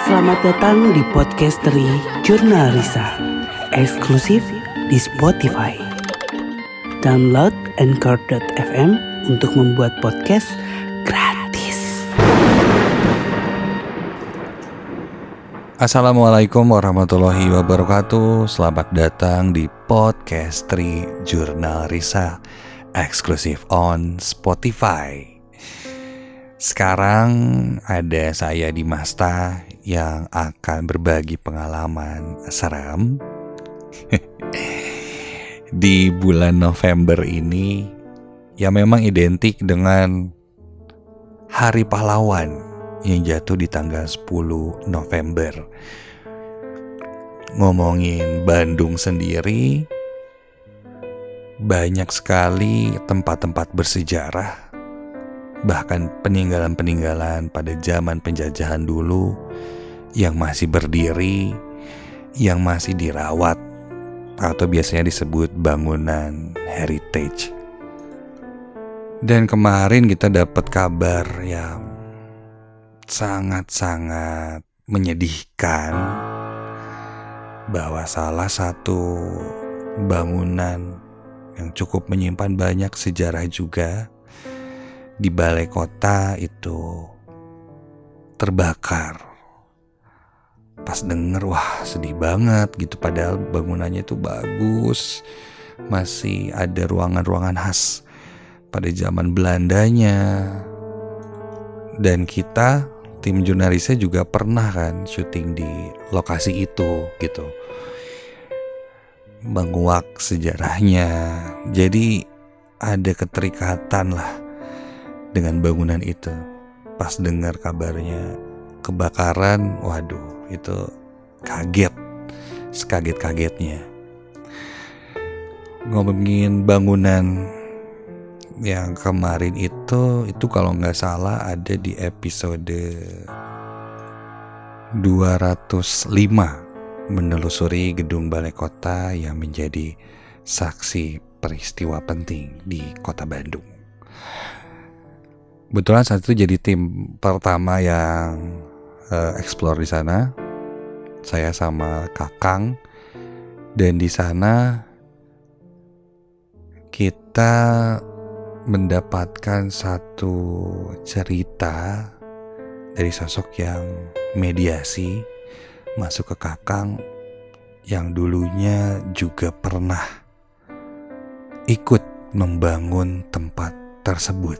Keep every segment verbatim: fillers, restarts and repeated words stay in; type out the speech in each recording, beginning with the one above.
Selamat datang di Podcasteri Jurnal Risa, eksklusif di Spotify. Download anchor dot f m untuk membuat podcast gratis. Assalamualaikum warahmatullahi wabarakatuh. Selamat datang di Podcasteri Jurnal Risa, eksklusif on Spotify. Sekarang ada saya Dimasta yang akan berbagi pengalaman seram di bulan November ini yang memang identik dengan Hari Pahlawan yang jatuh di tanggal sepuluh November. Ngomongin Bandung sendiri, banyak sekali tempat-tempat bersejarah, bahkan peninggalan-peninggalan pada zaman penjajahan dulu yang masih berdiri, yang masih dirawat, atau biasanya disebut bangunan heritage. Dan kemarin kita dapat kabar yang sangat-sangat menyedihkan bahwa salah satu bangunan yang cukup menyimpan banyak sejarah juga di balai kota itu terbakar. Pas denger, wah sedih banget gitu, padahal bangunannya itu bagus, masih ada ruangan-ruangan khas pada zaman Belandanya. Dan kita tim jurnalisnya juga pernah kan syuting di lokasi itu gitu, menguak sejarahnya. Jadi ada keterikatan lah dengan bangunan itu. Pas dengar kabarnya kebakaran, waduh itu kaget, sekaget-kagetnya. Ngomongin bangunan yang kemarin itu, itu kalau nggak salah ada di episode dua ratus lima, menelusuri gedung balai kota yang menjadi saksi peristiwa penting di kota Bandung. Kebetulan saat itu jadi tim pertama yang uh, explore di sana, saya sama Kakang, dan di sana kita mendapatkan satu cerita dari sosok yang mediasi masuk ke Kakang yang dulunya juga pernah ikut membangun tempat tersebut.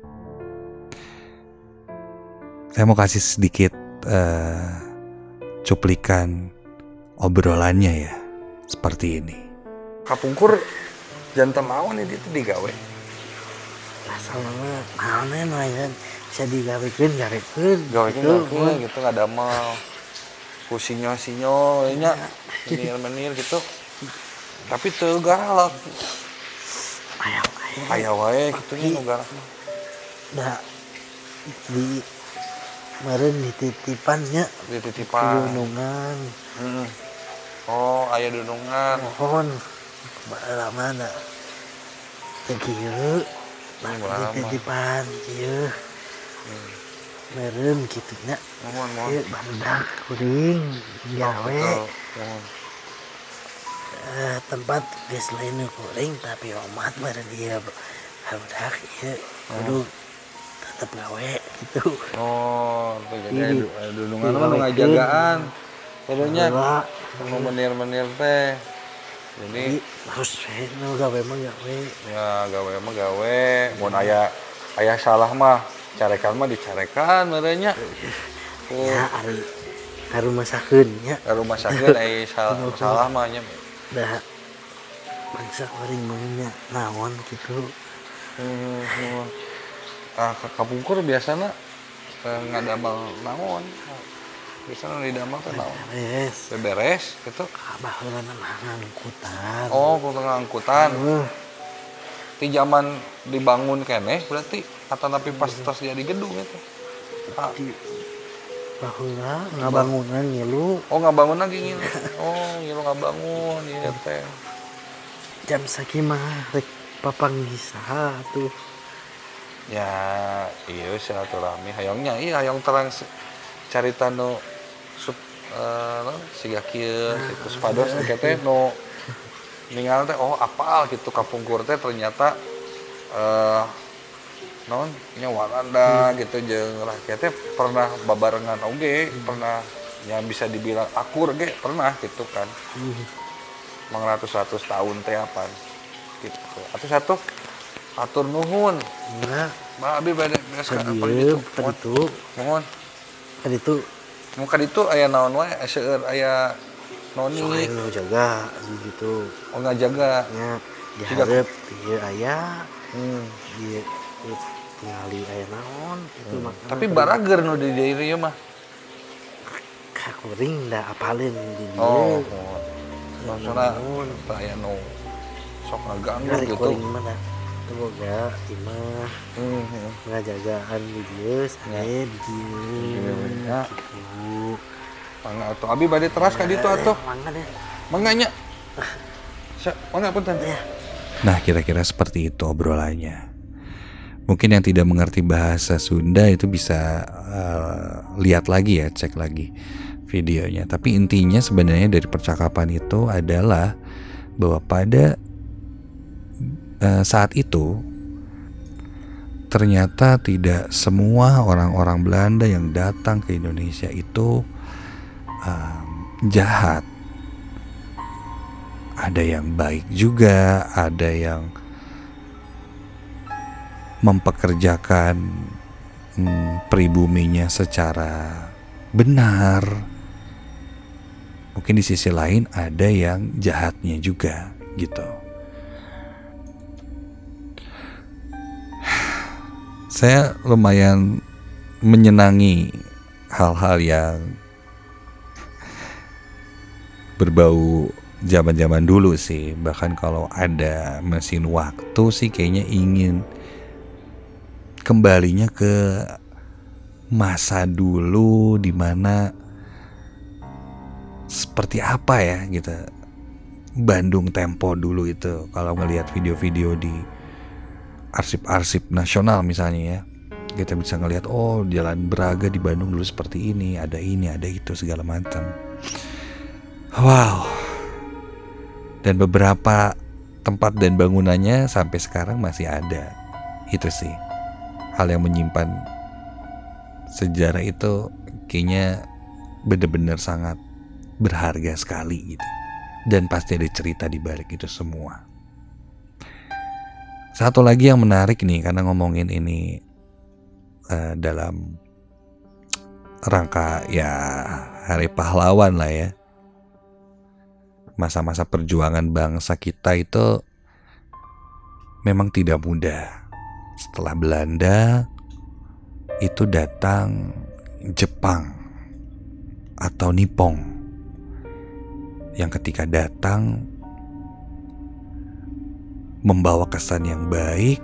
Saya mau kasih sedikit uh, cuplikan obrolannya ya, seperti ini. Kapungkur jantan mawon ini itu digawe. Asalnya mana namanya bisa digawekeun gawekeun. Gawekeun gawekeun gitu nggak ada mal. Kusinyo sinyo nya menir-menir gitu. Tapi teu galak. Aya aya wae kitu nya nu galak. Da di meureun dititipannya dititipan dunungan. Heeh. Oh, aya dunungan. Mohon bala mana teu kieu. Dititipan kieu. Meureun kitu nya. Mohon mohon. Ieu barudak kuring gawe. Eh, tempat geus lain kuring tapi omat meureun ieu barudak ieu kudu tetep gawe gitu. Oh, jadi dunungan mah ngajagaan. Kudunya nu menir-menir teh. Jadi harus nu gawe mah gawe. Ya, gawe mah gawe. Mun aya aya salah mah carekan mah dicarekan meureun nya. Ya, ari harumasakeun nya. Harumasakeun aya salah mah nya. Da bangsa kuring mah naon kitu. Hmm. Ah, kapungkur biasana eh, ngadamel naon? Biasana didamel teh naon? Beres. Beberes gitu. Baheula mah ngangkutan. Oh, kudu ngangkutan. Uh. Ti zaman dibangun keneh berarti atau tapi pas terjadi gedung itu. Ah. Baheula ngabangunan ngilu. Oh, ngabangun lagi ngilu. Oh, ngilu ngabangun ieu teh. Jam sakimaha rek papanggih saha tuh. Ya, iya silaturahmi hayangnya iya hayang terang carita nu sup uh, siga kieu gitu supados teh nu ningali teh oh apal gitu kapungkur teh ternyata uh, non nya Walanda gitu jeung rakyat teh pernah babarengan oge hmm. pernah yang bisa dibilang akur ge pernah gitu kan hmm. ratus-ratus tahun teh apa gitu atuh satu atur nuhun nah Mbak Abi bade geus ka apa itu kaditu mohon kaditu mun kaditu aya naon wae seueur aya noni soalnya nu jaga gitu oh ngajaga nya dihareup ieu aya hmm ieu tingali aya naon itu hmm. mah tapi barager nu di dieu ieu mah kakuring da apalin di dieu oh maksudna aya nu sok ngaganggu gitu kuring mana itu boga imah hmm ngajagaan di dieu sae di dieu ya gitu mangga atuh abi bade teras ka ditu atuh mangga deh mangga nya mangga punten ya. Nah, kira-kira seperti itu obrolannya. Mungkin yang tidak mengerti bahasa Sunda itu bisa uh, lihat lagi ya, cek lagi videonya. Tapi intinya sebenarnya dari percakapan itu adalah bahwa pada uh, saat itu ternyata tidak semua orang-orang Belanda yang datang ke Indonesia itu uh, jahat. Ada yang baik juga, ada yang mempekerjakan hmm, pribuminya secara benar. Mungkin di sisi lain ada yang jahatnya juga gitu. Saya lumayan menyenangi hal-hal yang berbau zaman-zaman dulu sih. Bahkan kalau ada mesin waktu sih kayaknya ingin kembalinya ke masa dulu dimana seperti apa ya gitu Bandung Tempo dulu itu. Kalau ngelihat video-video di arsip-arsip nasional misalnya ya, kita bisa ngelihat oh Jalan Braga di Bandung dulu seperti ini, ada ini, ada itu segala macam. Wow. Dan beberapa tempat dan bangunannya sampai sekarang masih ada. Itu sih hal yang menyimpan sejarah itu kayaknya benar-benar sangat berharga sekali gitu. Dan pasti ada cerita di balik itu semua. Satu lagi yang menarik nih karena ngomongin ini uh, dalam rangka ya Hari Pahlawan lah ya. Masa-masa perjuangan bangsa kita itu memang tidak mudah. Setelah Belanda itu datang Jepang atau Nippon yang ketika datang membawa kesan yang baik,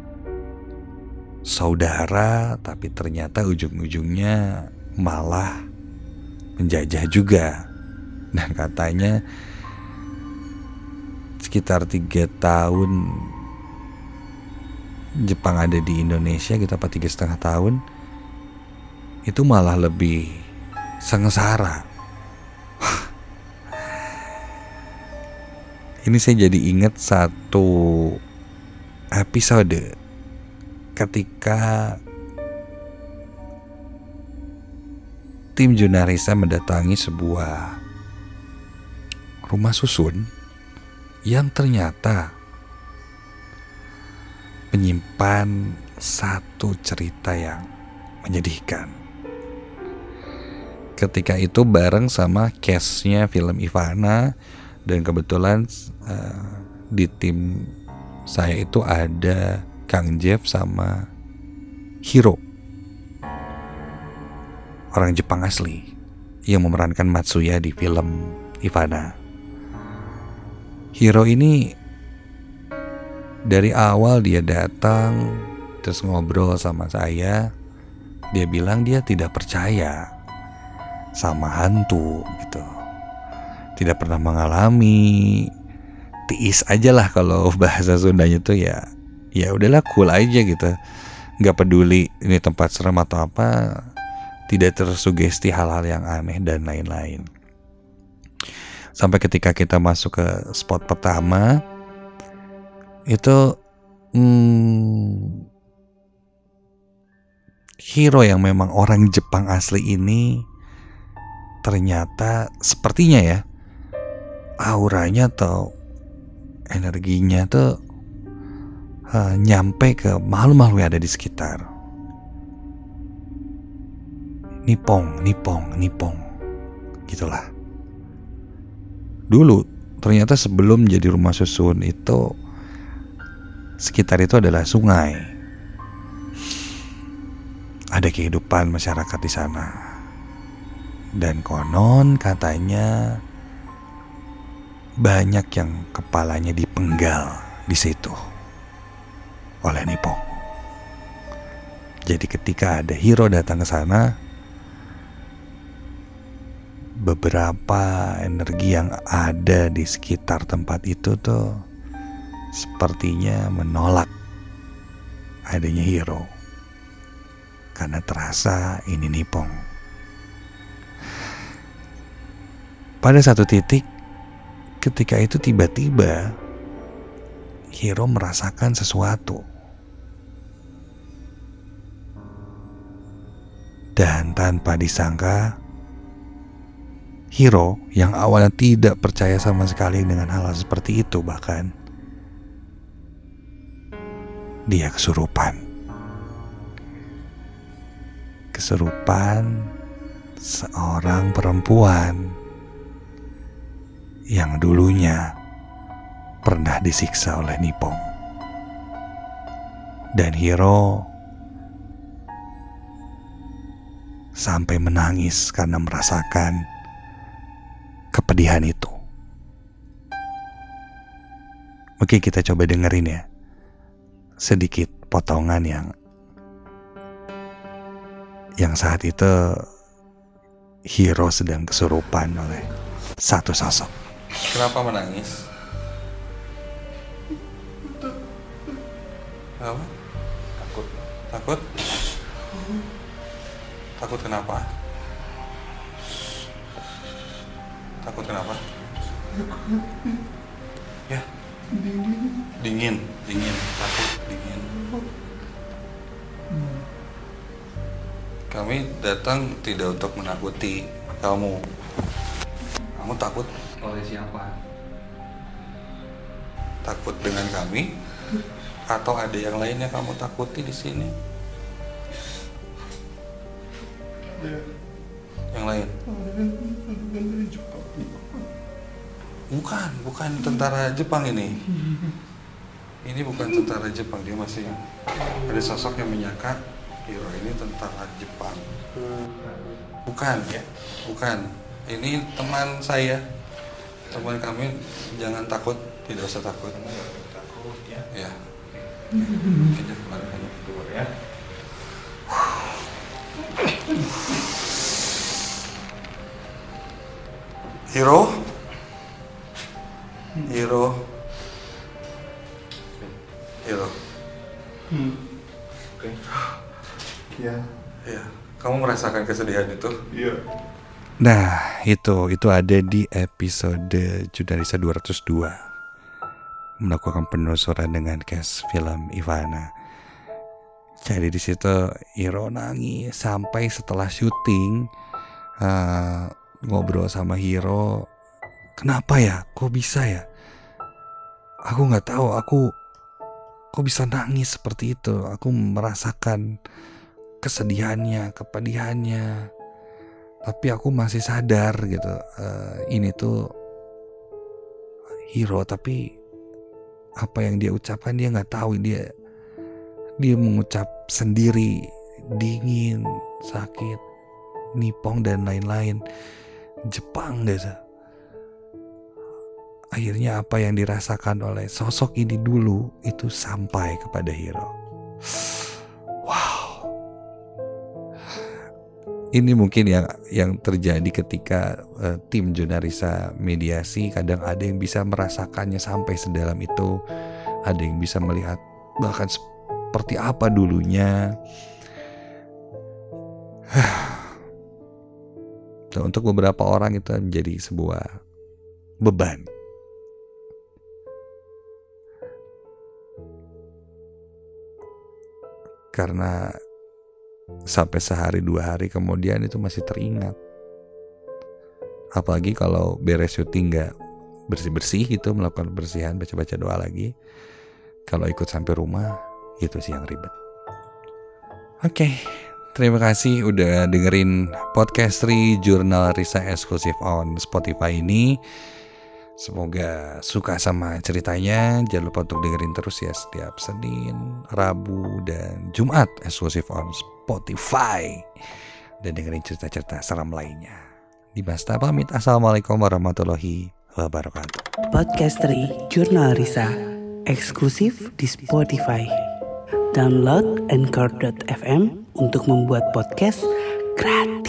saudara, tapi ternyata ujung-ujungnya malah menjajah juga. Dan katanya sekitar tiga tahun Jepang ada di Indonesia, kita apa tiga setengah tahun, itu malah lebih sengsara. Ini saya jadi ingat satu episode ketika tim Junarisa mendatangi sebuah rumah susun yang ternyata menyimpan satu cerita yang menyedihkan. Ketika itu bareng sama cast-nya film Ivana, dan kebetulan uh, di tim saya itu ada Kang Jeff sama Hiro, orang Jepang asli yang memerankan Matsuya di film Ivana. Hiro ini dari awal dia datang terus ngobrol sama saya, dia bilang dia tidak percaya sama hantu gitu, tidak pernah mengalami, tiis aja lah kalau bahasa Sundanya tuh ya, ya udahlah cool aja gitu, nggak peduli ini tempat serem atau apa, tidak tersugesti hal-hal yang aneh dan lain-lain. Sampai ketika kita masuk ke spot pertama, itu hmm, hero yang memang orang Jepang asli ini ternyata sepertinya ya, auranya atau energinya tuh uh, nyampe ke makhluk-makhluk yang ada di sekitar. Nipong, nipong, nipong, gitulah. Dulu ternyata sebelum jadi rumah susun itu, sekitar itu adalah sungai. Ada kehidupan masyarakat di sana. Dan konon katanya banyak yang kepalanya dipenggal di situ oleh Nipong. Jadi ketika ada hero datang ke sana, beberapa energi yang ada di sekitar tempat itu tuh sepertinya menolak adanya hero, karena terasa ini Nipong. Pada satu titik, ketika itu tiba-tiba hero merasakan sesuatu. Dan tanpa disangka, hero yang awalnya tidak percaya sama sekali dengan hal-hal seperti itu, bahkan dia kesurupan. Kesurupan seorang perempuan yang dulunya pernah disiksa oleh Nipong. Dan hero sampai menangis karena merasakan kepedihan itu. Oke, kita coba dengerin ya sedikit potongan yang yang saat itu hero sedang kesurupan oleh satu sosok. Kenapa menangis? Apa? Takut. Takut? Takut kenapa? Takut kenapa? Ya. Dingin, dingin, takut, dingin. Kami datang tidak untuk menakuti kamu. Kamu takut oleh siapa? Takut dengan kami? Atau ada yang lainnya kamu takuti di sini? Yang lain? Bukan, bukan tentara Jepang ini. Ini bukan tentara Jepang, dia masih ada sosok yang menyangka hero ini tentara Jepang. Bukan, ya, bukan. Ini teman saya, teman kami. Jangan takut, tidak usah takut. Takut ya? Ya. Kita keluarkan keluar ya. Hero, hero, hero. Hmm. Oke. Okay. Ya. Ya. Kamu merasakan kesedihan itu? Iya. Nah, itu itu ada di episode Jurnalisa dua ratus dua. Melakukan penelusuran dengan cast film Ivana. Jadi di situ hero nangis sampai setelah syuting, uh, ngobrol sama hero, kenapa ya? Kok bisa ya? Aku nggak tahu. Aku kok bisa nangis seperti itu? Aku merasakan kesedihannya, kepedihannya. Tapi aku masih sadar gitu, uh, ini tuh hero, tapi apa yang dia ucapkan dia nggak tahu. Dia dia mengucap sendiri, dingin, sakit, Nipong dan lain-lain, Jepang gitu. Akhirnya apa yang dirasakan oleh sosok ini dulu itu sampai kepada hero. Wow. Ini mungkin yang yang terjadi ketika uh, tim Jurnalisa mediasi. Kadang ada yang bisa merasakannya sampai sedalam itu, ada yang bisa melihat bahkan seperti apa dulunya. Dan untuk beberapa orang itu menjadi sebuah beban. Karena sampai sehari dua hari kemudian itu masih teringat. Apalagi kalau beres syuting gak bersih-bersih gitu, melakukan bersihan, baca-baca doa lagi. Kalau ikut sampai rumah, itu sih yang ribet. Oke, terima kasih udah dengerin podcast Tri Jurnal Risa eksklusif on Spotify ini. Semoga suka sama ceritanya. Jangan lupa untuk dengerin terus ya setiap Senin, Rabu, dan Jumat eksklusif on Spotify. Dan dengerin cerita-cerita seram lainnya. Dibasta pamit. Assalamualaikum warahmatullahi wabarakatuh. Podcast Tri Jurnal Risa eksklusif di Spotify. Download anchor dot f m untuk membuat podcast gratis.